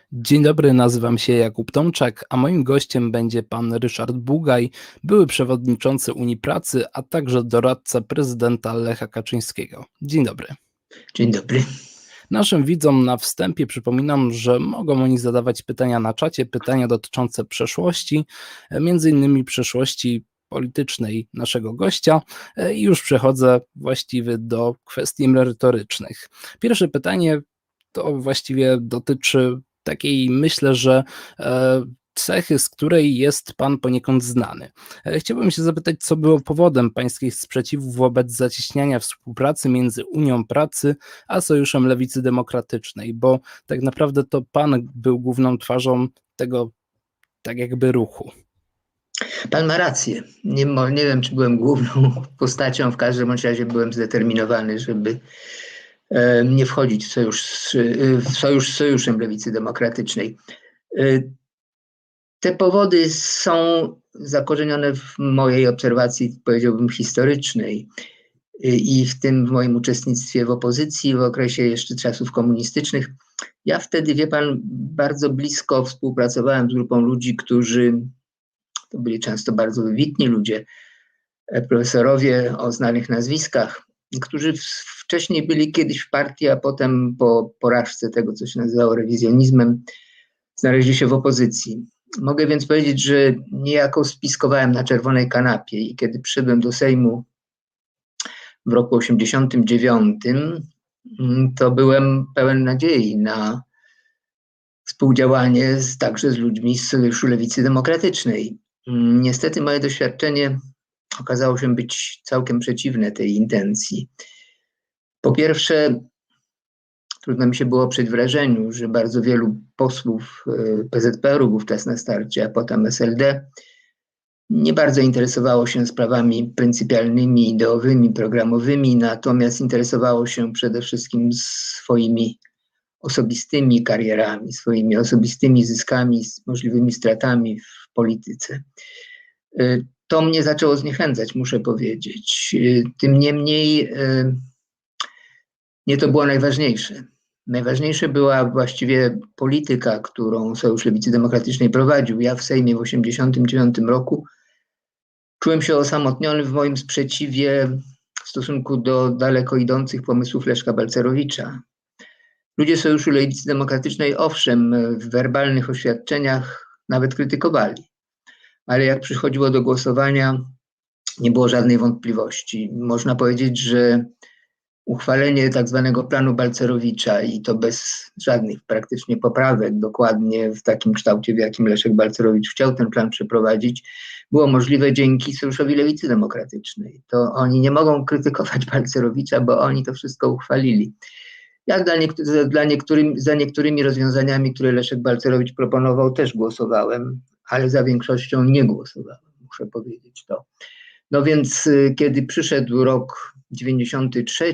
Dzień dobry, nazywam się Jakub Tomczak, a moim gościem będzie pan Ryszard Bugaj, były przewodniczący Unii Pracy, a także doradca prezydenta Lecha Kaczyńskiego. Dzień dobry. Dzień dobry. Naszym widzom na wstępie przypominam, że mogą oni zadawać pytania na czacie, pytania dotyczące przeszłości, między innymi przeszłości politycznej naszego gościa i już przechodzę właściwie do kwestii merytorycznych. Pierwsze pytanie to właściwie dotyczy takiej, myślę, że cechy, z której jest pan poniekąd znany. Chciałbym się zapytać, co było powodem pańskich sprzeciwów wobec zacieśniania współpracy między Unią Pracy a Sojuszem Lewicy Demokratycznej, bo tak naprawdę to pan był główną twarzą tego tak jakby ruchu. Pan ma rację. Nie wiem, czy byłem główną postacią, w każdym razie byłem zdeterminowany, żeby nie wchodzić w sojusz z Sojuszem Lewicy Demokratycznej. Te powody są zakorzenione w mojej obserwacji, powiedziałbym, historycznej i w tym w moim uczestnictwie w opozycji w okresie jeszcze czasów komunistycznych. Ja wtedy, wie pan, bardzo blisko współpracowałem z grupą ludzi, którzy to byli często bardzo wybitni ludzie, profesorowie o znanych nazwiskach, którzy wcześniej byli kiedyś w partii, a potem po porażce tego, co się nazywało rewizjonizmem, znaleźli się w opozycji. Mogę więc powiedzieć, że niejako spiskowałem na czerwonej kanapie i kiedy przyszedłem do Sejmu w roku 1989, to byłem pełen nadziei na współdziałanie także z ludźmi z Sojuszu Lewicy Demokratycznej. Niestety moje doświadczenie okazało się być całkiem przeciwne tej intencji. Po pierwsze, trudno mi się było oprzeć wrażeniu, że bardzo wielu posłów PZPR-u wówczas na starcie, a potem SLD, nie bardzo interesowało się sprawami pryncypialnymi, ideowymi, programowymi, natomiast interesowało się przede wszystkim swoimi osobistymi karierami, swoimi osobistymi zyskami, możliwymi stratami w polityce. To mnie zaczęło zniechęcać, muszę powiedzieć. Tym niemniej nie to było najważniejsze. Najważniejsze była właściwie polityka, którą Sojusz Lewicy Demokratycznej prowadził. Ja w Sejmie w 1989 roku czułem się osamotniony w moim sprzeciwie w stosunku do daleko idących pomysłów Leszka Balcerowicza. Ludzie Sojuszu Lewicy Demokratycznej, owszem, w werbalnych oświadczeniach nawet krytykowali, ale jak przychodziło do głosowania, nie było żadnej wątpliwości. Można powiedzieć, że uchwalenie tak zwanego planu Balcerowicza i to bez żadnych praktycznie poprawek, dokładnie w takim kształcie, w jakim Leszek Balcerowicz chciał ten plan przeprowadzić, było możliwe dzięki Sojuszowi Lewicy Demokratycznej. To oni nie mogą krytykować Balcerowicza, bo oni to wszystko uchwalili. Jak za niektórymi rozwiązaniami, które Leszek Balcerowicz proponował, też głosowałem, ale za większością nie głosowałem, muszę powiedzieć to. No więc kiedy przyszedł rok 93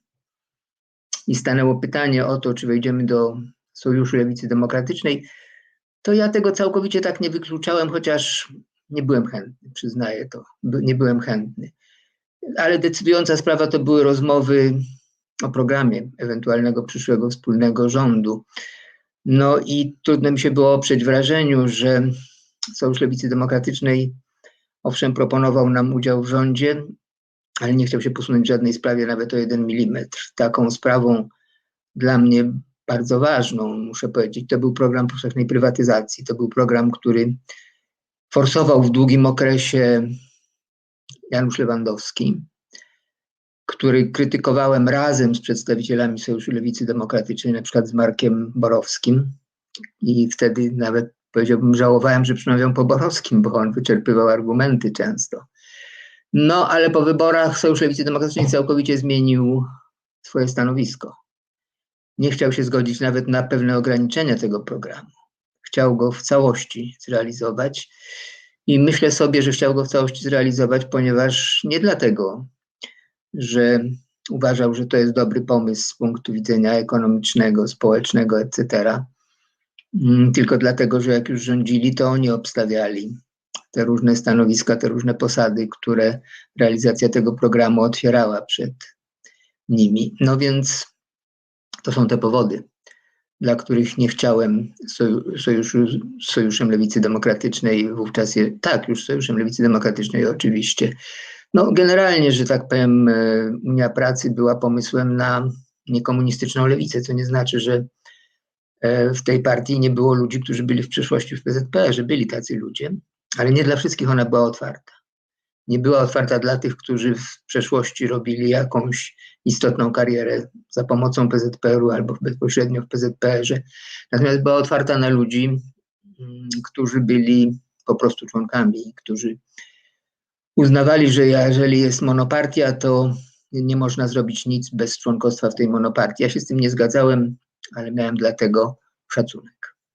i stanęło pytanie o to, czy wejdziemy do Sojuszu Lewicy Demokratycznej, to ja tego całkowicie tak nie wykluczałem, chociaż nie byłem chętny, przyznaję to, nie byłem chętny. Ale decydująca sprawa to były rozmowy o programie ewentualnego przyszłego wspólnego rządu. No i trudno mi się było oprzeć wrażeniu, że Sojusz Lewicy Demokratycznej owszem proponował nam udział w rządzie, ale nie chciał się posunąć w żadnej sprawie nawet o 1 milimetr. Taką sprawą dla mnie bardzo ważną, muszę powiedzieć, to był program powszechnej prywatyzacji. To był program, który forsował w długim okresie Janusz Lewandowski, który krytykowałem razem z przedstawicielami Sojuszu Lewicy Demokratycznej, na przykład z Markiem Borowskim. I wtedy nawet powiedziałbym, żałowałem, że przemawiam po Borowskim, bo on wyczerpywał argumenty często. No, ale po wyborach Sojusz Lewicy Demokratycznej całkowicie zmienił swoje stanowisko. Nie chciał się zgodzić nawet na pewne ograniczenia tego programu. Chciał go w całości zrealizować i myślę sobie, że chciał go w całości zrealizować, ponieważ nie dlatego, że uważał, że to jest dobry pomysł z punktu widzenia ekonomicznego, społecznego, etc., tylko dlatego, że jak już rządzili, to oni obstawiali te różne stanowiska, te różne posady, które realizacja tego programu otwierała przed nimi. No więc to są te powody. dla których nie chciałem sojuszu z Sojuszem Lewicy Demokratycznej, wówczas tak, już Sojuszem Lewicy Demokratycznej oczywiście. No generalnie, że tak powiem, Unia Pracy była pomysłem na niekomunistyczną lewicę, co nie znaczy, że w tej partii nie było ludzi, którzy byli w przeszłości w PZPR, że byli tacy ludzie, ale nie dla wszystkich ona była otwarta. Nie była otwarta dla tych, którzy w przeszłości robili jakąś istotną karierę za pomocą PZPR-u albo bezpośrednio w PZPR-ze. Natomiast była otwarta na ludzi, którzy byli po prostu członkami, którzy uznawali, że jeżeli jest monopartia, to nie można zrobić nic bez członkostwa w tej monopartii. Ja się z tym nie zgadzałem, ale miałem dlatego szacunek.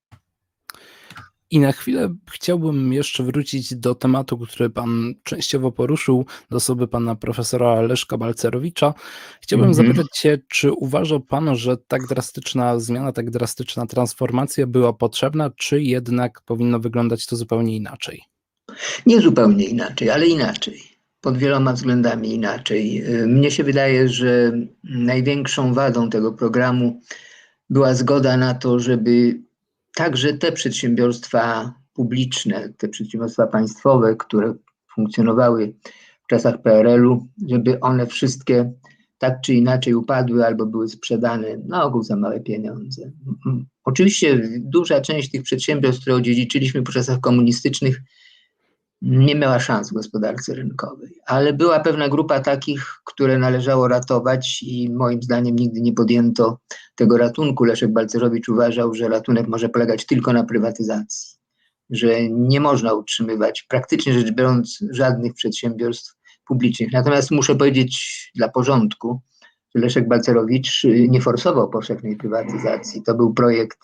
I na chwilę chciałbym jeszcze wrócić do tematu, który pan częściowo poruszył, do osoby pana profesora Leszka Balcerowicza. Chciałbym zapytać się, czy uważa pan, że tak drastyczna zmiana, tak drastyczna transformacja była potrzebna, czy jednak powinno wyglądać to zupełnie inaczej? Nie zupełnie inaczej, ale inaczej. Pod wieloma względami inaczej. Mnie się wydaje, że największą wadą tego programu była zgoda na to, żeby także te przedsiębiorstwa publiczne, te przedsiębiorstwa państwowe, które funkcjonowały w czasach PRL-u, żeby one wszystkie tak czy inaczej upadły albo były sprzedane na ogół za małe pieniądze. Oczywiście duża część tych przedsiębiorstw, które odziedziczyliśmy po czasach komunistycznych, nie miała szans w gospodarce rynkowej, ale była pewna grupa takich, które należało ratować i moim zdaniem nigdy nie podjęto tego ratunku. Leszek Balcerowicz uważał, że ratunek może polegać tylko na prywatyzacji, że nie można utrzymywać praktycznie rzecz biorąc żadnych przedsiębiorstw publicznych. Natomiast muszę powiedzieć dla porządku, że Leszek Balcerowicz nie forsował powszechnej prywatyzacji. To był projekt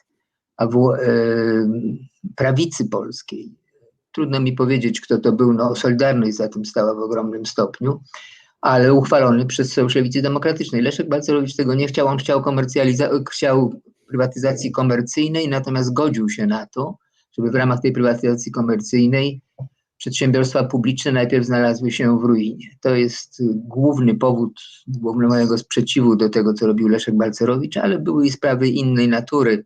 prawicy polskiej. Trudno mi powiedzieć, kto to był. No, Solidarność za tym stała w ogromnym stopniu, ale uchwalony przez Sojusz Lewicy Demokratycznej. Leszek Balcerowicz tego nie chciał, on chciał prywatyzacji komercyjnej, natomiast zgodził się na to, żeby w ramach tej prywatyzacji komercyjnej przedsiębiorstwa publiczne najpierw znalazły się w ruinie. To jest główny powód, główny mojego sprzeciwu do tego, co robił Leszek Balcerowicz, ale były i sprawy innej natury.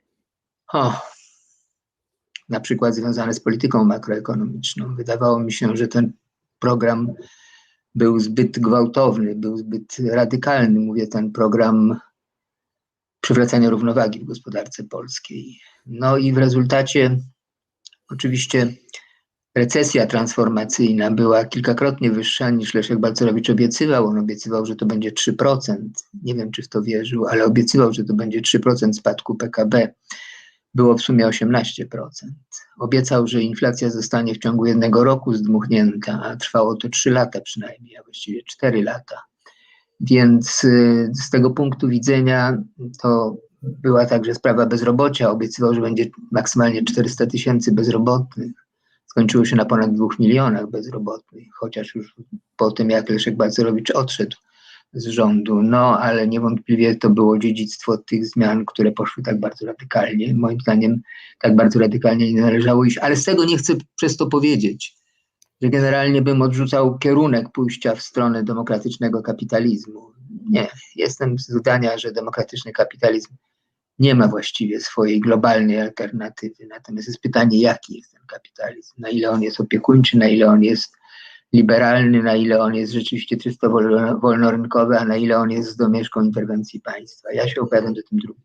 Na przykład związane z polityką makroekonomiczną. Wydawało mi się, że ten program był zbyt gwałtowny, był zbyt radykalny. Mówię, ten program przywracania równowagi w gospodarce polskiej. No i w rezultacie oczywiście recesja transformacyjna była kilkakrotnie wyższa niż Leszek Balcerowicz obiecywał. On obiecywał, że to będzie 3%. Nie wiem, czy w to wierzył, ale obiecywał, że to będzie 3% spadku PKB. Było w sumie 18%. Obiecał, że inflacja zostanie w ciągu 1 roku zdmuchnięta, a trwało to 3 lata przynajmniej, a właściwie 4 lata. Więc z tego punktu widzenia to była także sprawa bezrobocia. Obiecywał, że będzie maksymalnie 400 000 bezrobotnych. Skończyło się na ponad 2 milionach bezrobotnych, chociaż już po tym, jak Leszek Balcerowicz odszedł z rządu. No, ale niewątpliwie to było dziedzictwo tych zmian, które poszły tak bardzo radykalnie. Moim zdaniem tak bardzo radykalnie nie należało iść, ale z tego nie chcę przez to powiedzieć, że generalnie bym odrzucał kierunek pójścia w stronę demokratycznego kapitalizmu. Nie, jestem zdania, że demokratyczny kapitalizm nie ma właściwie swojej globalnej alternatywy. Natomiast jest pytanie, jaki jest ten kapitalizm, na ile on jest opiekuńczy, na ile on jest liberalny, na ile on jest rzeczywiście czysto wolnorynkowy, a na ile on jest z domieszką interwencji państwa. Ja się opowiadam do tym drugim.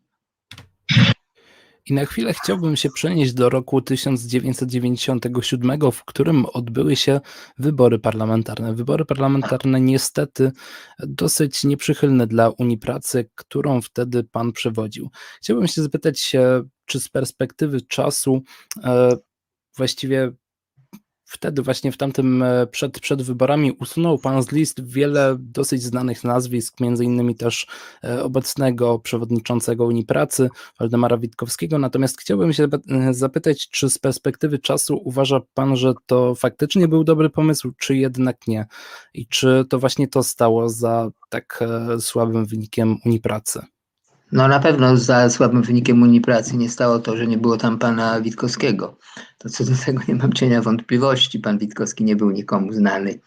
I na chwilę chciałbym się przenieść do roku 1997, w którym odbyły się wybory parlamentarne. Wybory parlamentarne niestety dosyć nieprzychylne dla Unii Pracy, którą wtedy pan przewodził. Chciałbym się zapytać, czy z perspektywy czasu właściwie wtedy właśnie w tamtym przed wyborami usunął pan z list wiele dosyć znanych nazwisk, między innymi też obecnego przewodniczącego Unii Pracy, Waldemara Witkowskiego. Natomiast chciałbym się zapytać, czy z perspektywy czasu uważa pan, że to faktycznie był dobry pomysł, czy jednak nie? I czy to właśnie to stało za tak słabym wynikiem Unii Pracy? No na pewno za słabym wynikiem Unii Pracy nie stało to, że nie było tam pana Witkowskiego. To co do tego nie mam cienia wątpliwości. Pan Witkowski nie był nikomu znany.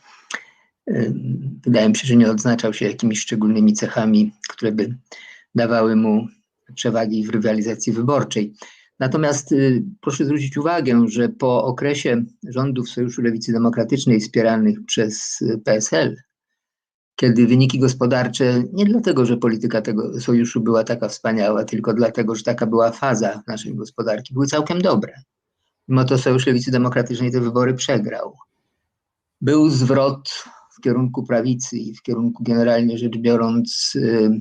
Wydaje mi się, że nie odznaczał się jakimiś szczególnymi cechami, które by dawały mu przewagi w rywalizacji wyborczej. Natomiast proszę zwrócić uwagę, że po okresie rządów Sojuszu Lewicy Demokratycznej wspieranych przez PSL, kiedy wyniki gospodarcze, nie dlatego, że polityka tego sojuszu była taka wspaniała, tylko dlatego, że taka była faza naszej gospodarki, były całkiem dobre. Mimo to Sojusz Lewicy Demokratycznej te wybory przegrał. Był zwrot w kierunku prawicy i w kierunku, generalnie rzecz biorąc,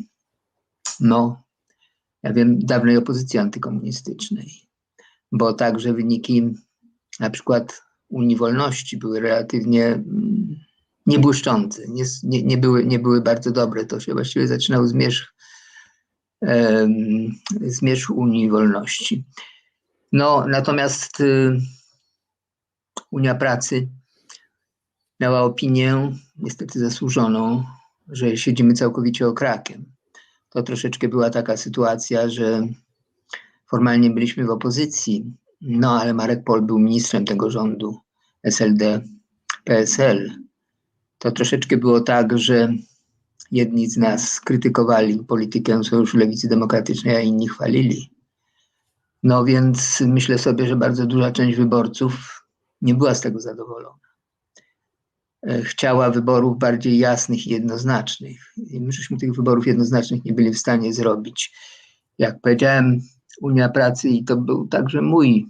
dawnej opozycji antykomunistycznej, bo także wyniki na przykład Unii Wolności były relatywnie niebłyszczące, nie były bardzo dobre. To się właściwie zaczynał zmierzch Unii Wolności. Natomiast Unia Pracy miała opinię, niestety zasłużoną, że siedzimy całkowicie okrakiem. To troszeczkę była taka sytuacja, że formalnie byliśmy w opozycji, ale Marek Pol był ministrem tego rządu SLD-PSL. To troszeczkę było tak, że jedni z nas krytykowali politykę Sojuszu Lewicy Demokratycznej, a inni chwalili. Więc myślę sobie, że bardzo duża część wyborców nie była z tego zadowolona. Chciała wyborów bardziej jasnych i jednoznacznych. I my żeśmy tych wyborów jednoznacznych nie byli w stanie zrobić. Jak powiedziałem, Unia Pracy, i to był także mój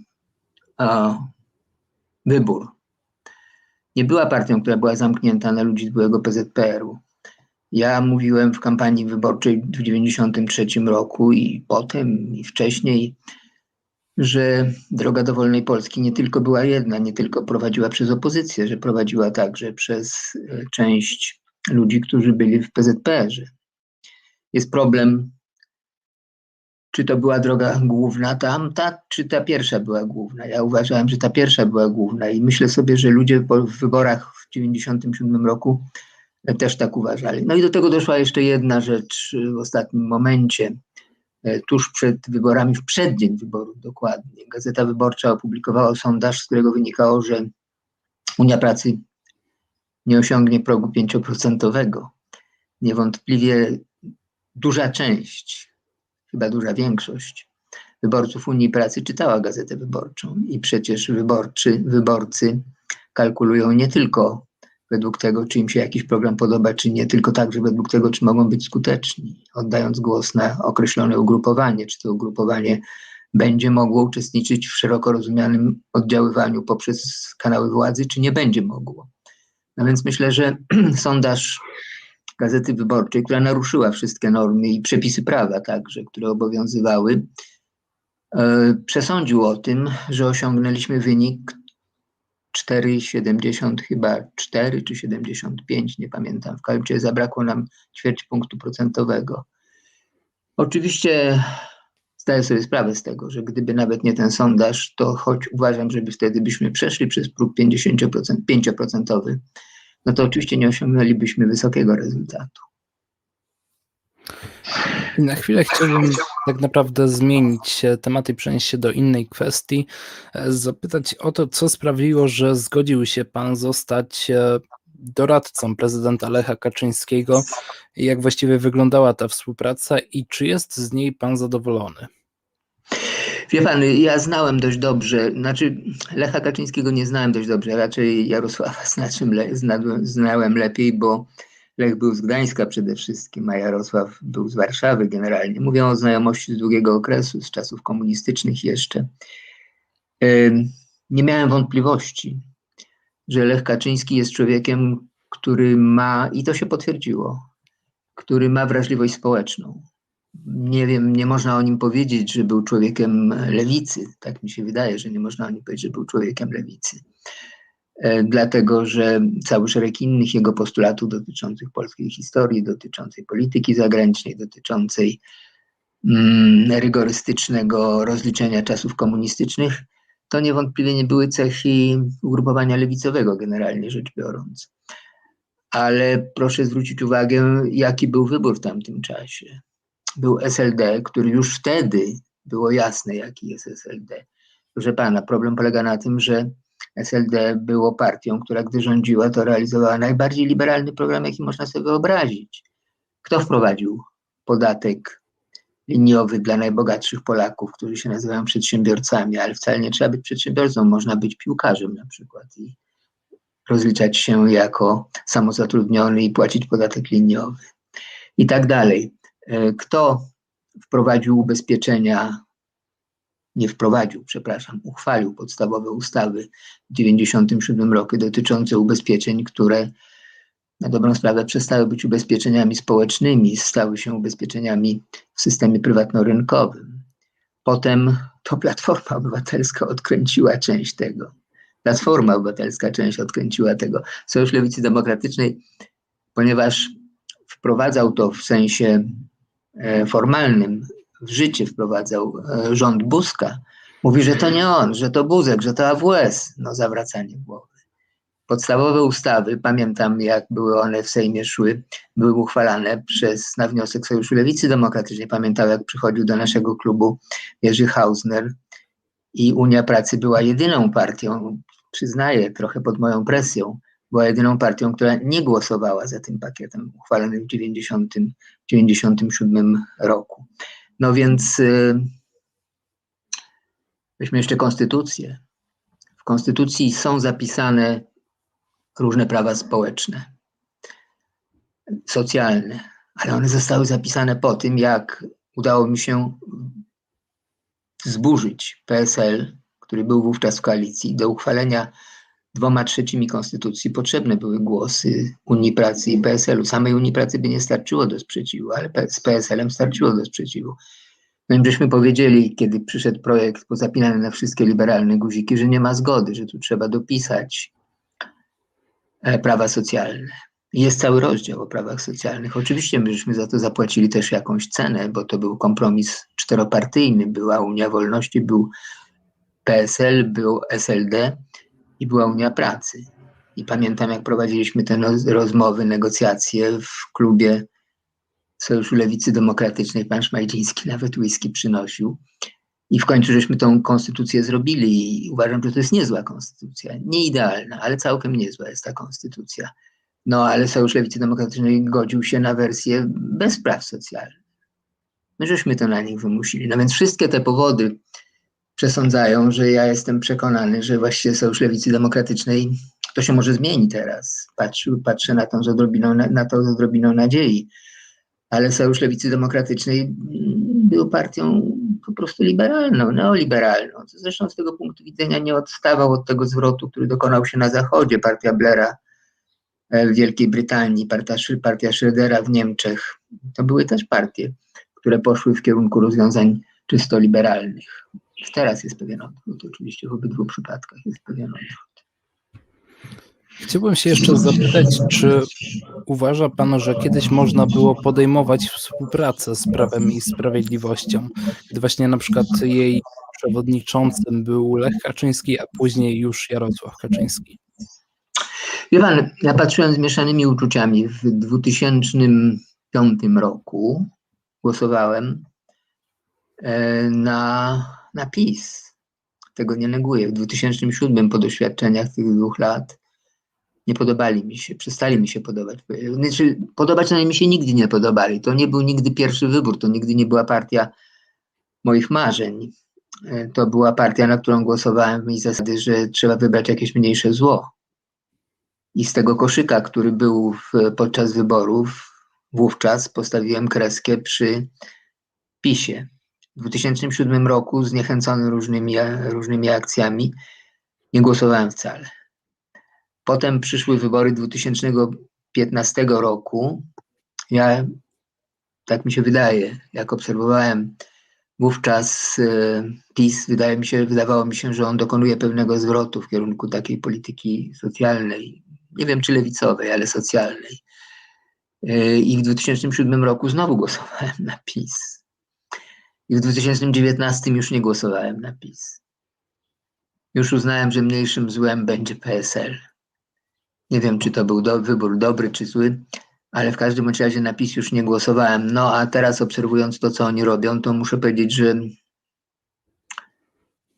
wybór, nie była partią, która była zamknięta na ludzi z byłego PZPR-u. Ja mówiłem w kampanii wyborczej w 1993 roku i potem, i wcześniej, że droga do wolnej Polski nie tylko była jedna, nie tylko prowadziła przez opozycję, że prowadziła także przez część ludzi, którzy byli w PZPR-ze. Jest problem, czy to była droga główna tamta, czy ta pierwsza była główna. Ja uważałem, że ta pierwsza była główna i myślę sobie, że ludzie w wyborach w 1997 roku też tak uważali. I do tego doszła jeszcze jedna rzecz w ostatnim momencie. Tuż przed wyborami, w przeddzień wyborów dokładnie, Gazeta Wyborcza opublikowała sondaż, z którego wynikało, że Unia Pracy nie osiągnie progu 5%. Niewątpliwie duża część, chyba duża większość wyborców Unii Pracy czytała Gazetę Wyborczą i przecież wyborcy kalkulują nie tylko według tego, czy im się jakiś program podoba, czy nie, tylko także według tego, czy mogą być skuteczni, oddając głos na określone ugrupowanie, czy to ugrupowanie będzie mogło uczestniczyć w szeroko rozumianym oddziaływaniu poprzez kanały władzy, czy nie będzie mogło. Więc myślę, że sondaż Gazety Wyborczej, która naruszyła wszystkie normy i przepisy prawa także, które obowiązywały, przesądził o tym, że osiągnęliśmy wynik 4,70 chyba 4 czy 75, nie pamiętam. W każdym razie zabrakło nam ćwierć punktu procentowego. Oczywiście zdaję sobie sprawę z tego, że gdyby nawet nie ten sondaż, to choć uważam, żeby wtedy byśmy przeszli przez próg 5%, to oczywiście nie osiągnęlibyśmy wysokiego rezultatu. I na chwilę chciałbym tak naprawdę zmienić temat i przenieść się do innej kwestii. Zapytać o to, co sprawiło, że zgodził się pan zostać doradcą prezydenta Lecha Kaczyńskiego. Jak właściwie wyglądała ta współpraca i czy jest z niej pan zadowolony? Wie pan, ja znałem dość dobrze, Lecha Kaczyńskiego nie znałem dość dobrze, raczej Jarosława znałem lepiej, bo Lech był z Gdańska przede wszystkim, a Jarosław był z Warszawy generalnie. Mówię o znajomości z długiego okresu, z czasów komunistycznych jeszcze. Nie miałem wątpliwości, że Lech Kaczyński jest człowiekiem, który ma, i to się potwierdziło, który ma wrażliwość społeczną. Nie wiem, nie można o nim powiedzieć, że był człowiekiem lewicy. Tak mi się wydaje, że nie można o nim powiedzieć, że był człowiekiem lewicy. Dlatego, że cały szereg innych jego postulatów dotyczących polskiej historii, dotyczącej polityki zagranicznej, dotyczącej rygorystycznego rozliczenia czasów komunistycznych, to niewątpliwie nie były cechy ugrupowania lewicowego, generalnie rzecz biorąc. Ale proszę zwrócić uwagę, jaki był wybór w tamtym czasie. Był SLD, który już wtedy było jasne, jaki jest SLD. Proszę pana, problem polega na tym, że SLD było partią, która gdy rządziła, to realizowała najbardziej liberalny program, jaki można sobie wyobrazić. Kto wprowadził podatek liniowy dla najbogatszych Polaków, którzy się nazywają przedsiębiorcami, ale wcale nie trzeba być przedsiębiorcą, można być piłkarzem na przykład i rozliczać się jako samozatrudniony i płacić podatek liniowy i tak dalej. Kto wprowadził ubezpieczenia, nie wprowadził, przepraszam, uchwalił podstawowe ustawy w 1997 roku dotyczące ubezpieczeń, które na dobrą sprawę przestały być ubezpieczeniami społecznymi, stały się ubezpieczeniami w systemie prywatno-rynkowym. Potem to Platforma Obywatelska odkręciła część tego. Platforma Obywatelska część odkręciła tego. Sojusz Lewicy Demokratycznej, ponieważ wprowadzał to w sensie formalnym, w życie wprowadzał rząd Buzka, mówi, że to nie on, że to Buzek, że to AWS. No zawracanie głowy. Podstawowe ustawy, pamiętam jak były one w Sejmie szły, były uchwalane na wniosek Sojuszu Lewicy Demokratycznej. Pamiętam jak przychodził do naszego klubu Jerzy Hausner i Unia Pracy była jedyną partią, przyznaję, trochę pod moją presją, była jedyną partią, która nie głosowała za tym pakietem uchwalonym w 1997 roku. No więc weźmy jeszcze konstytucję. W konstytucji są zapisane różne prawa społeczne, socjalne, ale one zostały zapisane po tym, jak udało mi się wzburzyć PSL, który był wówczas w koalicji, do uchwalenia 2/3 konstytucji. Potrzebne były głosy Unii Pracy i PSL-u. Samej Unii Pracy by nie starczyło do sprzeciwu, ale z PSL-em starczyło do sprzeciwu. No i żeśmy powiedzieli, kiedy przyszedł projekt pozapinany na wszystkie liberalne guziki, że nie ma zgody, że tu trzeba dopisać prawa socjalne. Jest cały rozdział o prawach socjalnych. Oczywiście myśmy za to zapłacili też jakąś cenę, bo to był kompromis czteropartyjny. Była Unia Wolności, był PSL, był SLD i była Unia Pracy. I pamiętam, jak prowadziliśmy te rozmowy, negocjacje w klubie Sojuszu Lewicy Demokratycznej. Pan Szmajdziński nawet whisky przynosił. I w końcu żeśmy tą konstytucję zrobili i uważam, że to jest niezła konstytucja. Nie idealna, ale całkiem niezła jest ta konstytucja. No ale Sojusz Lewicy Demokratycznej godził się na wersję bez praw socjalnych. My żeśmy to na nich wymusili. No więc wszystkie te powody przesądzają, że ja jestem przekonany, że właściwie Sojusz Lewicy Demokratycznej to się może zmieni teraz. Patrzę na to z odrobiną nadziei. Ale Sojusz Lewicy Demokratycznej był partią po prostu liberalną, neoliberalną. Zresztą z tego punktu widzenia nie odstawał od tego zwrotu, który dokonał się na Zachodzie. Partia Blaira w Wielkiej Brytanii, partia Schrödera w Niemczech. To były też partie, które poszły w kierunku rozwiązań czysto liberalnych. Teraz jest pewien odwrót, oczywiście w obydwu przypadkach jest pewien odwrót. Chciałbym się jeszcze zapytać, czy uważa pan, że kiedyś można było podejmować współpracę z Prawem i Sprawiedliwością, gdy właśnie na przykład jej przewodniczącym był Lech Kaczyński, a później już Jarosław Kaczyński? Wie pan, ja patrzyłem z mieszanymi uczuciami. W 2005 roku głosowałem na PiS. Tego nie neguję. W 2007 po doświadczeniach tych 2 lat nie podobali mi się, przestali mi się podobać. Znaczy, podobać mi się nigdy nie podobali. To nie był nigdy pierwszy wybór, to nigdy nie była partia moich marzeń. To była partia, na którą głosowałem w myśl zasady, że trzeba wybrać jakieś mniejsze zło. I z tego koszyka, który był podczas wyborów, wówczas postawiłem kreskę przy PiS-ie. W 2007 roku, zniechęcony różnymi akcjami, nie głosowałem wcale. Potem przyszły wybory 2015 roku. Ja, tak mi się wydaje, jak obserwowałem wówczas PiS, wydawało mi się, że on dokonuje pewnego zwrotu w kierunku takiej polityki socjalnej. Nie wiem, czy lewicowej, ale socjalnej. I w 2007 roku znowu głosowałem na PiS. I w 2019 już nie głosowałem na PiS. Już uznałem, że mniejszym złem będzie PSL. Nie wiem, czy to był wybór dobry czy zły, ale w każdym razie na PiS już nie głosowałem. No a teraz obserwując to, co oni robią, to muszę powiedzieć, że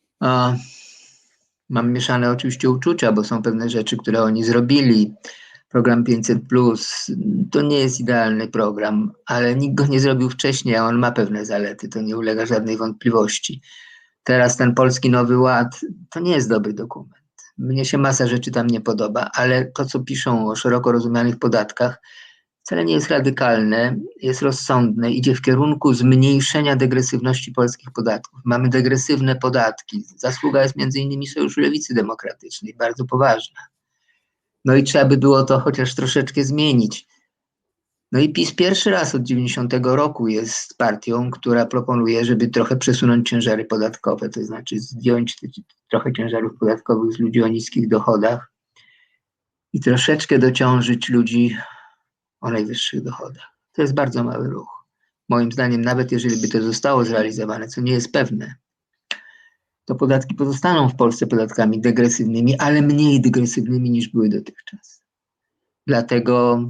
mam mieszane oczywiście uczucia, bo są pewne rzeczy, które oni zrobili. program 500+, to nie jest idealny program, ale nikt go nie zrobił wcześniej, a on ma pewne zalety, to nie ulega żadnej wątpliwości. Teraz ten Polski Nowy Ład to nie jest dobry dokument. Mnie się masa rzeczy tam nie podoba, ale to, co piszą o szeroko rozumianych podatkach, wcale nie jest radykalne, jest rozsądne, idzie w kierunku zmniejszenia degresywności polskich podatków. Mamy degresywne podatki. Zasługa jest między innymi Sojuszu Lewicy Demokratycznej, bardzo poważna. No i trzeba by było to chociaż troszeczkę zmienić. No i PiS pierwszy raz od 90 roku jest partią, która proponuje, żeby trochę przesunąć ciężary podatkowe, to znaczy zdjąć trochę ciężarów podatkowych z ludzi o niskich dochodach i troszeczkę dociążyć ludzi o najwyższych dochodach. To jest bardzo mały ruch. Moim zdaniem, nawet jeżeli by to zostało zrealizowane, co nie jest pewne, to podatki pozostaną w Polsce podatkami degresywnymi, ale mniej degresywnymi niż były dotychczas. Dlatego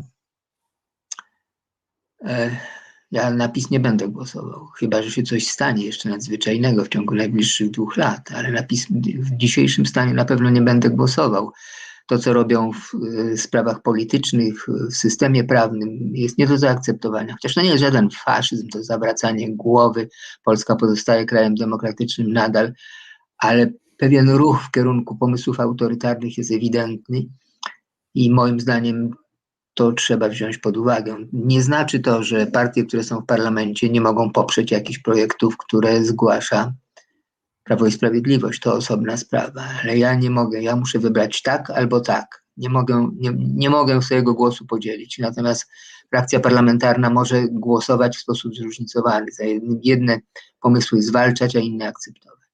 ja na PiS nie będę głosował, chyba że się coś stanie jeszcze nadzwyczajnego w ciągu najbliższych 2 lat, ale na PiS w dzisiejszym stanie na pewno nie będę głosował. To, co robią w sprawach politycznych, w systemie prawnym, jest nie do zaakceptowania. Chociaż to nie jest żaden faszyzm, to zawracanie głowy. Polska pozostaje krajem demokratycznym nadal, ale pewien ruch w kierunku pomysłów autorytarnych jest ewidentny i moim zdaniem to trzeba wziąć pod uwagę. Nie znaczy to, że partie, które są w parlamencie, nie mogą poprzeć jakichś projektów, które zgłasza Prawo i Sprawiedliwość, to osobna sprawa, ale ja nie mogę, ja muszę wybrać tak albo tak. Nie mogę swojego głosu podzielić. Natomiast frakcja parlamentarna może głosować w sposób zróżnicowany, za jedne pomysły zwalczać, a inne akceptować.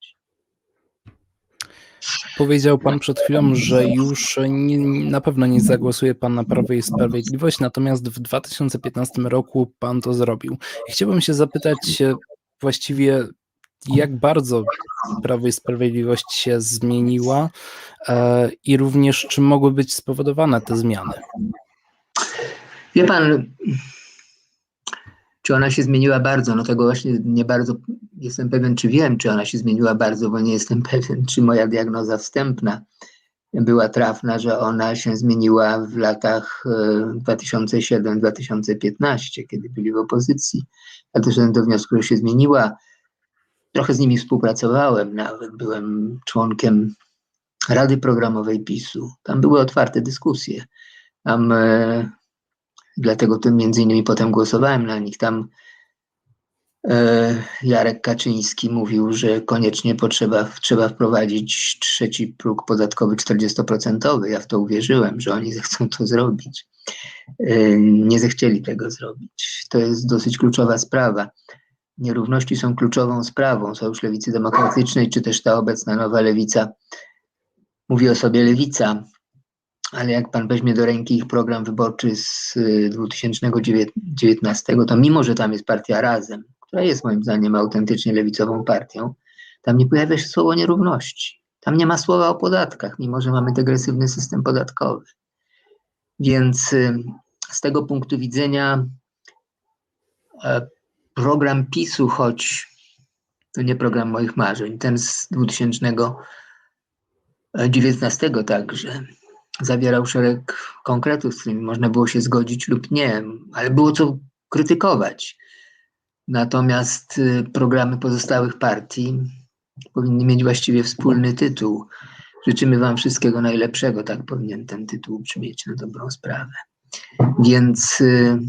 Powiedział pan przed chwilą, że już na pewno nie zagłosuje pan na Prawo i Sprawiedliwość, natomiast w 2015 roku pan to zrobił. Chciałbym się zapytać właściwie, jak bardzo Prawo i Sprawiedliwość się zmieniła i również czy mogły być spowodowane te zmiany? Wie pan, czy ona się zmieniła bardzo? No tego właśnie nie bardzo jestem pewien, czy wiem, czy ona się zmieniła bardzo, bo nie jestem pewien, czy moja diagnoza wstępna była trafna, że ona się zmieniła w latach 2007-2015, kiedy byli w opozycji. Ja doszedłem do wniosku, że się zmieniła. Trochę z nimi współpracowałem, nawet byłem członkiem Rady Programowej PiS-u. Tam były otwarte dyskusje. Tam, dlatego to między innymi potem głosowałem na nich. Tam Jarek Kaczyński mówił, że koniecznie trzeba wprowadzić trzeci próg podatkowy 40%. Ja w to uwierzyłem, że oni zechcą to zrobić. Nie zechcieli tego zrobić. To jest dosyć kluczowa sprawa. Nierówności są kluczową sprawą. Sojusz Lewicy Demokratycznej, czy też ta obecna nowa lewica, mówi o sobie lewica, ale jak pan weźmie do ręki ich program wyborczy z 2019, to mimo, że tam jest partia Razem, która jest moim zdaniem autentycznie lewicową partią, tam nie pojawia się słowo nierówności. Tam nie ma słowa o podatkach, mimo że mamy degresywny system podatkowy. Więc z tego punktu widzenia program PiS-u, choć to nie program moich marzeń, ten z 2019 także, zawierał szereg konkretów, z którymi można było się zgodzić lub nie, ale było co krytykować. Natomiast programy pozostałych partii powinny mieć właściwie wspólny tytuł. Życzymy wam wszystkiego najlepszego, tak powinien ten tytuł brzmieć na dobrą sprawę. Więc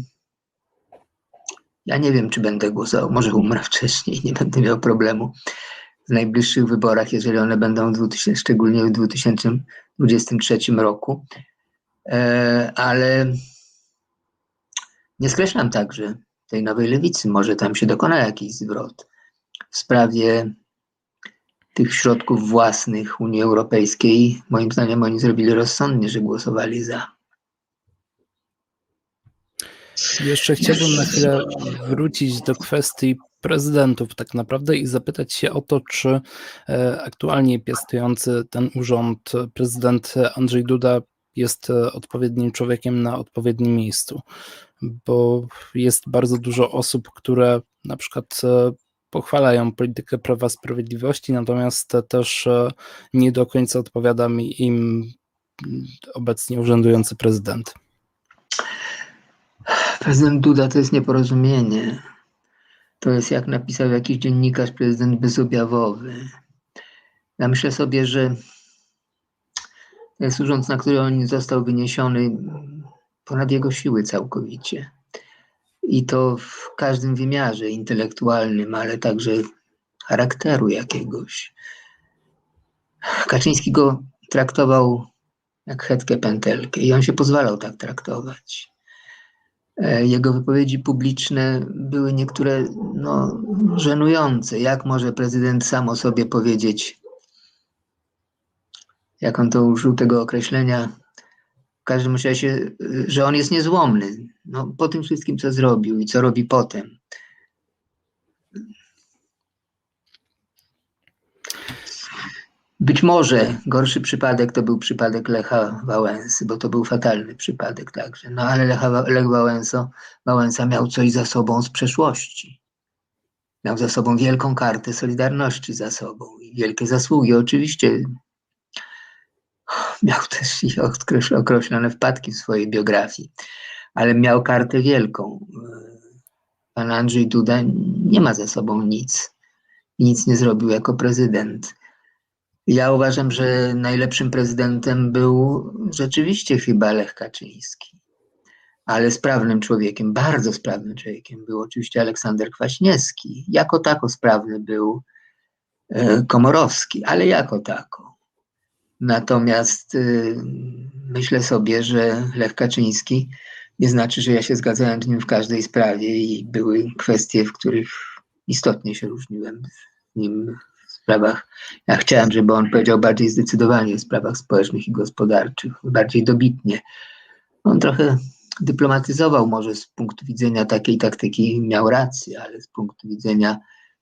ja nie wiem, czy będę głosował, może umrę wcześniej, nie będę miał problemu w najbliższych wyborach, jeżeli one będą szczególnie w 2023 roku, ale nie skreślam także tej nowej lewicy, może tam się dokona jakiś zwrot w sprawie tych środków własnych Unii Europejskiej. Moim zdaniem oni zrobili rozsądnie, że głosowali za. Jeszcze chciałbym na chwilę wrócić do kwestii prezydentów tak naprawdę i zapytać się o to, czy aktualnie piastujący ten urząd prezydent Andrzej Duda jest odpowiednim człowiekiem na odpowiednim miejscu, bo jest bardzo dużo osób, które na przykład pochwalają politykę Prawa i Sprawiedliwości, natomiast też nie do końca odpowiada im obecnie urzędujący prezydent. Prezydent Duda to jest nieporozumienie. To jest, jak napisał jakiś dziennikarz, prezydent bezobjawowy. Ja myślę sobie, że to jest urząd, na który on został wyniesiony ponad jego siły całkowicie. I to w każdym wymiarze intelektualnym, ale także charakteru jakiegoś. Kaczyński go traktował jak chetkę pętelkę i on się pozwalał tak traktować. Jego wypowiedzi publiczne były niektóre żenujące. Jak może prezydent sam o sobie powiedzieć, jak on to użył tego określenia, w każdym razie, że on jest niezłomny. Po tym wszystkim, co zrobił i co robi potem. Być może gorszy przypadek to był przypadek Lecha Wałęsy, bo to był fatalny przypadek także. Ale Lech Wałęsa miał coś za sobą z przeszłości. Miał za sobą wielką kartę Solidarności za sobą i wielkie zasługi. Oczywiście miał też i określone wpadki w swojej biografii, ale miał kartę wielką. Pan Andrzej Duda nie ma za sobą nic. Nic nie zrobił jako prezydent. Ja uważam, że najlepszym prezydentem był rzeczywiście chyba Lech Kaczyński. Ale sprawnym człowiekiem, bardzo sprawnym człowiekiem był oczywiście Aleksander Kwaśniewski. Jako tako sprawny był Komorowski, ale jako tako. Natomiast myślę sobie, że Lech Kaczyński nie znaczy, że ja się zgadzałem z nim w każdej sprawie i były kwestie, w których istotnie się różniłem z nim w sprawach. Ja chciałem, żeby on powiedział bardziej zdecydowanie w sprawach społecznych i gospodarczych, bardziej dobitnie. On trochę dyplomatyzował może z punktu widzenia takiej taktyki, miał rację, ale z punktu widzenia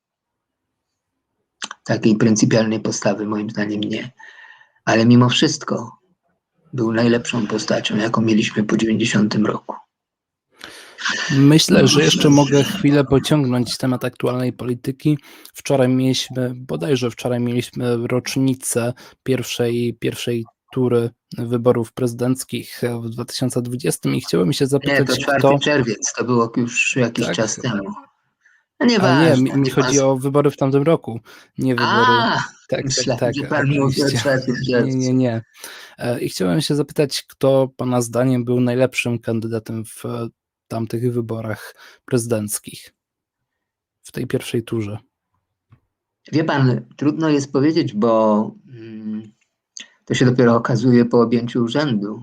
takiej pryncypialnej postawy moim zdaniem nie. Ale mimo wszystko był najlepszą postacią, jaką mieliśmy po 90 roku. Myślę, że jeszcze mogę chwilę pociągnąć temat aktualnej polityki. Bodajże wczoraj mieliśmy rocznicę pierwszej tury wyborów prezydenckich w 2020 i chciałem się zapytać, Nie, to 4 czerwiec, to było już jakiś czas temu. Nie, mi chodzi o wybory w tamtym roku, nie wybory. Tak. Że pan mówi o 4 czerwcu. Nie. I chciałem się zapytać, kto pana zdaniem był najlepszym kandydatem w tamtych wyborach prezydenckich, w tej pierwszej turze? Wie pan, trudno jest powiedzieć, bo to się dopiero okazuje po objęciu urzędu,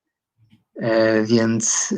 więc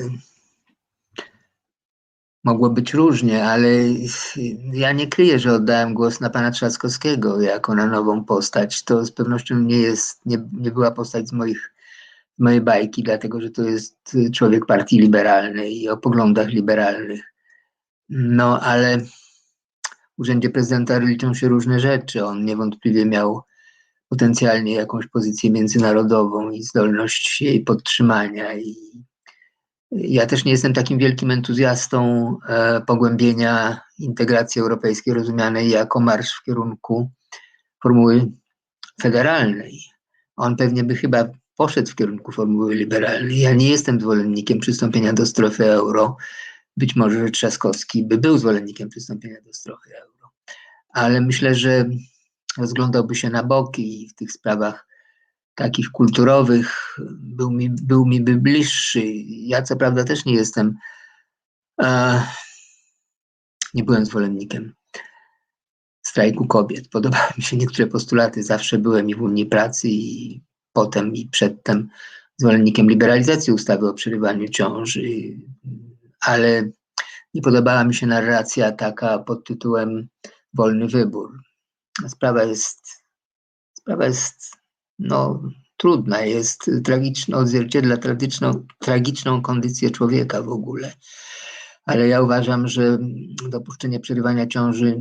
mogło być różnie, ale ja nie kryję, że oddałem głos na pana Trzaskowskiego jako na nową postać. To z pewnością nie była postać z mojej bajki, dlatego że to jest człowiek partii liberalnej i o poglądach liberalnych. Ale w urzędzie prezydenta liczą się różne rzeczy. On niewątpliwie miał potencjalnie jakąś pozycję międzynarodową i zdolność jej podtrzymania. I ja też nie jestem takim wielkim entuzjastą pogłębienia integracji europejskiej rozumianej jako marsz w kierunku formuły federalnej. On pewnie by chyba poszedł w kierunku formuły liberalnej. Ja nie jestem zwolennikiem przystąpienia do strefy euro. Być może, że Trzaskowski by był zwolennikiem przystąpienia do strefy euro. Ale myślę, że rozglądałby się na boki i w tych sprawach takich kulturowych był mi bliższy. Ja co prawda też nie byłem zwolennikiem strajku kobiet. Podobały mi się niektóre postulaty. Zawsze byłem i w Unii Pracy i potem i przedtem zwolennikiem liberalizacji ustawy o przerywaniu ciąży. Ale nie podobała mi się narracja taka pod tytułem wolny wybór. Sprawa jest trudna, jest tragiczna, odzwierciedla tragiczną kondycję człowieka w ogóle. Ale ja uważam, że dopuszczenie przerywania ciąży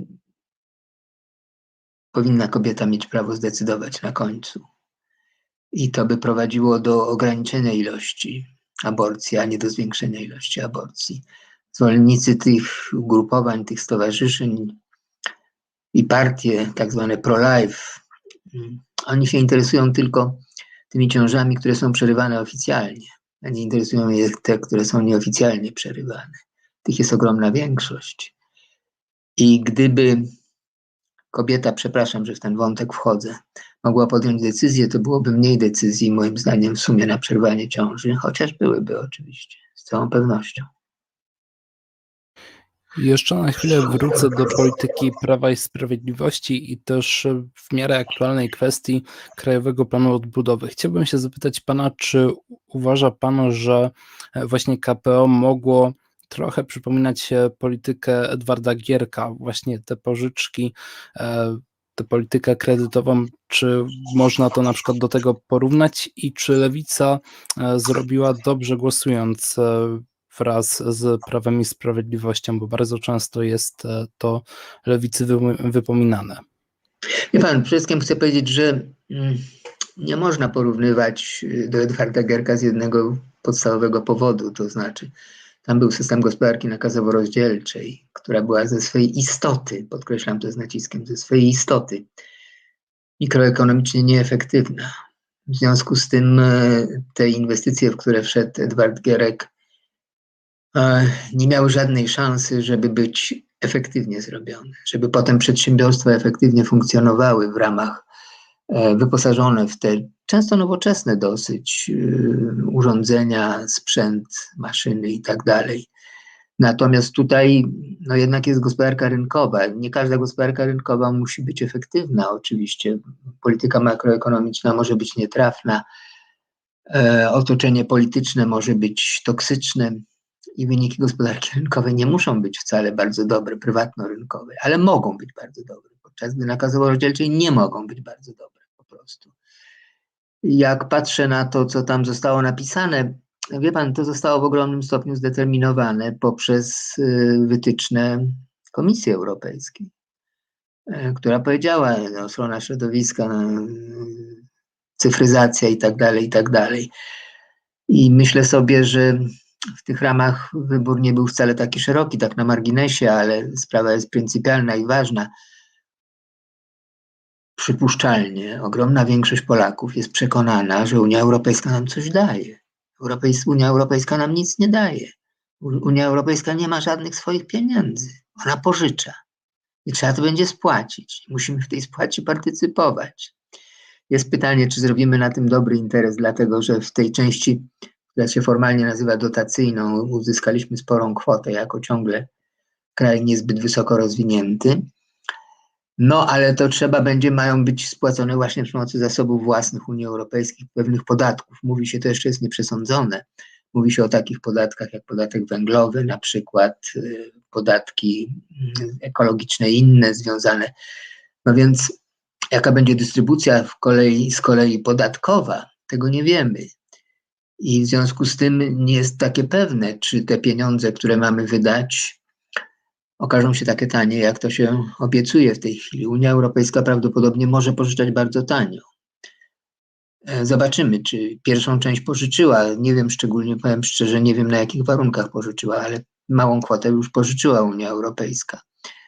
powinna kobieta mieć prawo zdecydować na końcu. I to by prowadziło do ograniczenia ilości aborcji, a nie do zwiększenia ilości aborcji. Zwolennicy tych ugrupowań, tych stowarzyszeń i partie tak zwane pro-life, oni się interesują tylko tymi ciążami, które są przerywane oficjalnie. a nie interesują je te, które są nieoficjalnie przerywane. Tych jest ogromna większość. I gdyby kobieta, przepraszam, że w ten wątek wchodzę, mogła podjąć decyzję, to byłoby mniej decyzji, moim zdaniem, w sumie na przerwanie ciąży, chociaż byłyby oczywiście, z całą pewnością. Jeszcze na chwilę wrócę do polityki Prawa i Sprawiedliwości i też w miarę aktualnej kwestii Krajowego Planu Odbudowy. Chciałbym się zapytać pana, czy uważa pan, że właśnie KPO mogło trochę przypominać politykę Edwarda Gierka, właśnie te pożyczki, tę politykę kredytową, czy można to na przykład do tego porównać i czy Lewica zrobiła dobrze głosując wraz z Prawem i Sprawiedliwością, bo bardzo często jest to Lewicy wypominane. Wie pan, przede wszystkim chcę powiedzieć, że nie można porównywać do Edwarda Gierka z jednego podstawowego powodu, to znaczy tam był system gospodarki nakazowo-rozdzielczej, która była ze swojej istoty, podkreślam to z naciskiem, ze swojej istoty mikroekonomicznie nieefektywna. W związku z tym te inwestycje, w które wszedł Edward Gierek, nie miały żadnej szansy, żeby być efektywnie zrobione, żeby potem przedsiębiorstwa efektywnie funkcjonowały w ramach wyposażone w te często nowoczesne dosyć urządzenia, sprzęt, maszyny i tak dalej. Natomiast tutaj no jednak jest gospodarka rynkowa. Nie każda gospodarka rynkowa musi być efektywna oczywiście. Polityka makroekonomiczna może być nietrafna, otoczenie polityczne może być toksyczne i wyniki gospodarki rynkowej nie muszą być wcale bardzo dobre, prywatno-rynkowe, ale mogą być bardzo dobre, podczas gdy nakazowo-rozdzielczej nie mogą być bardzo dobre po prostu. Jak patrzę na to, co tam zostało napisane, wie pan, to zostało w ogromnym stopniu zdeterminowane poprzez wytyczne Komisji Europejskiej, która powiedziała, ochrona środowiska, cyfryzacja i tak dalej, i tak dalej. I myślę sobie, że w tych ramach wybór nie był wcale taki szeroki, tak na marginesie, ale sprawa jest pryncypialna i ważna. Przypuszczalnie ogromna większość Polaków jest przekonana, że Unia Europejska nam coś daje. Unia Europejska nam nic nie daje. Unia Europejska nie ma żadnych swoich pieniędzy. Ona pożycza. I trzeba to będzie spłacić. Musimy w tej spłacie partycypować. Jest pytanie, czy zrobimy na tym dobry interes, dlatego że w tej części, która się formalnie nazywa dotacyjną, uzyskaliśmy sporą kwotę jako ciągle kraj niezbyt wysoko rozwinięty. No, ale to mają być spłacone właśnie przy pomocy zasobów własnych Unii Europejskiej, pewnych podatków. Mówi się, to jeszcze jest nieprzesądzone. Mówi się o takich podatkach jak podatek węglowy, na przykład podatki ekologiczne i inne związane. No więc jaka będzie dystrybucja z kolei podatkowa, tego nie wiemy. I w związku z tym nie jest takie pewne, czy te pieniądze, które mamy wydać, okażą się takie tanie, jak to się obiecuje w tej chwili. Unia Europejska prawdopodobnie może pożyczać bardzo tanio. Zobaczymy, czy pierwszą część pożyczyła. Nie wiem szczególnie, powiem szczerze, nie wiem na jakich warunkach pożyczyła, ale małą kwotę już pożyczyła Unia Europejska.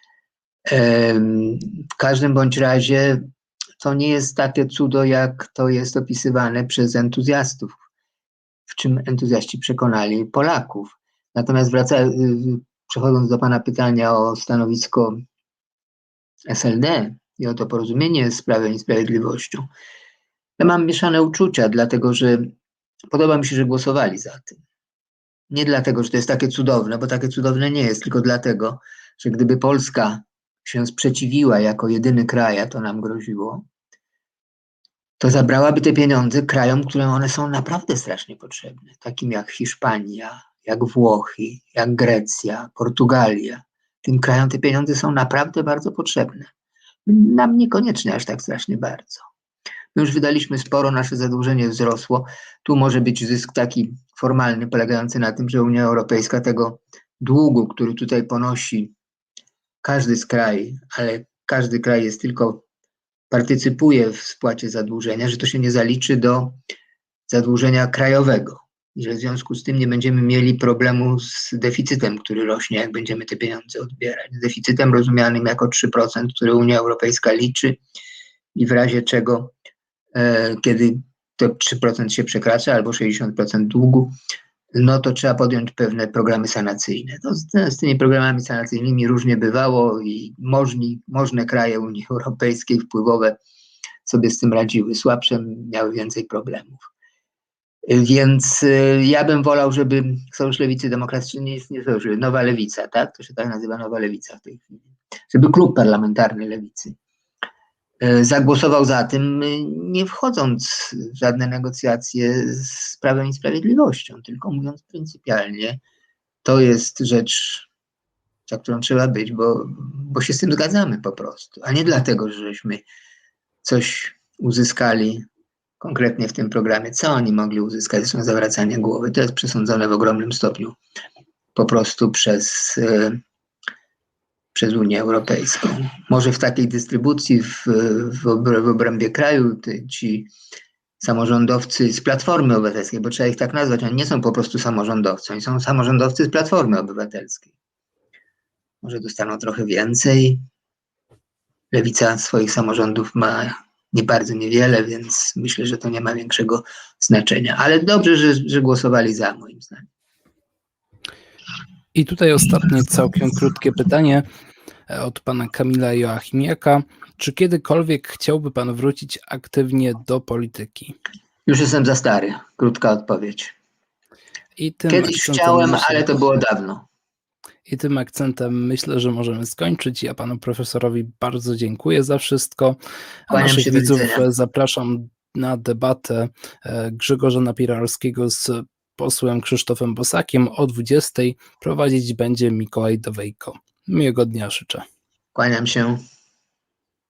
W każdym bądź razie to nie jest takie cudo, jak to jest opisywane przez entuzjastów, w czym entuzjaści przekonali Polaków. Natomiast przechodząc do pana pytania o stanowisko SLD i o to porozumienie z Prawem i Sprawiedliwością, ja mam mieszane uczucia, dlatego że podoba mi się, że głosowali za tym. Nie dlatego, że to jest takie cudowne, bo takie cudowne nie jest, tylko dlatego, że gdyby Polska się sprzeciwiła jako jedyny kraj, a to nam groziło, to zabrałaby te pieniądze krajom, którym one są naprawdę strasznie potrzebne, takim jak Hiszpania, jak Włochy, jak Grecja, Portugalia. Tym krajom te pieniądze są naprawdę bardzo potrzebne. Nam niekoniecznie aż tak strasznie bardzo. My już wydaliśmy sporo, nasze zadłużenie wzrosło. Tu może być zysk taki formalny, polegający na tym, że Unia Europejska tego długu, który tutaj ponosi każdy z krajów, ale każdy kraj jest tylko, partycypuje w spłacie zadłużenia, że to się nie zaliczy do zadłużenia krajowego. I że w związku z tym nie będziemy mieli problemu z deficytem, który rośnie, jak będziemy te pieniądze odbierać. Z deficytem rozumianym jako 3%, który Unia Europejska liczy i w razie czego, kiedy to 3% się przekracza albo 60% długu, no to trzeba podjąć pewne programy sanacyjne. Z tymi programami sanacyjnymi różnie bywało i możne kraje Unii Europejskiej wpływowe sobie z tym radziły. Słabsze miały więcej problemów. Więc ja bym wolał, żeby Sojusz Lewicy Demokratycznej nie istniał, żeby Nowa Lewica, tak? To się tak nazywa, Nowa Lewica w tej chwili. Żeby klub parlamentarny Lewicy zagłosował za tym, nie wchodząc w żadne negocjacje z Prawem i Sprawiedliwością, tylko mówiąc pryncypialnie, to jest rzecz, za którą trzeba być, bo się z tym zgadzamy po prostu, a nie dlatego, żeśmy coś uzyskali konkretnie w tym programie. Co oni mogli uzyskać? Zresztą zawracanie głowy. To jest przesądzone w ogromnym stopniu po prostu przez Unię Europejską. Może w takiej dystrybucji w obrębie kraju ci samorządowcy z Platformy Obywatelskiej, bo trzeba ich tak nazwać, oni nie są po prostu samorządowcy, oni są samorządowcy z Platformy Obywatelskiej. Może dostaną trochę więcej. Lewica swoich samorządów ma niewiele, więc myślę, że to nie ma większego znaczenia. Ale dobrze, że głosowali za, moim zdaniem. I tutaj ostatnie całkiem krótkie pytanie od pana Kamila Joachimiaka. Czy kiedykolwiek chciałby pan wrócić aktywnie do polityki? Już jestem za stary. Krótka odpowiedź. Kiedyś chciałem, ale to było dawno. I tym akcentem myślę, że możemy skończyć. Ja panu profesorowi bardzo dziękuję za wszystko. A naszych widzów zapraszam na debatę Grzegorza Napieralskiego z posłem Krzysztofem Bosakiem o 20:00. Prowadzić będzie Mikołaj Dowejko. Miłego dnia życzę. Kłaniam się.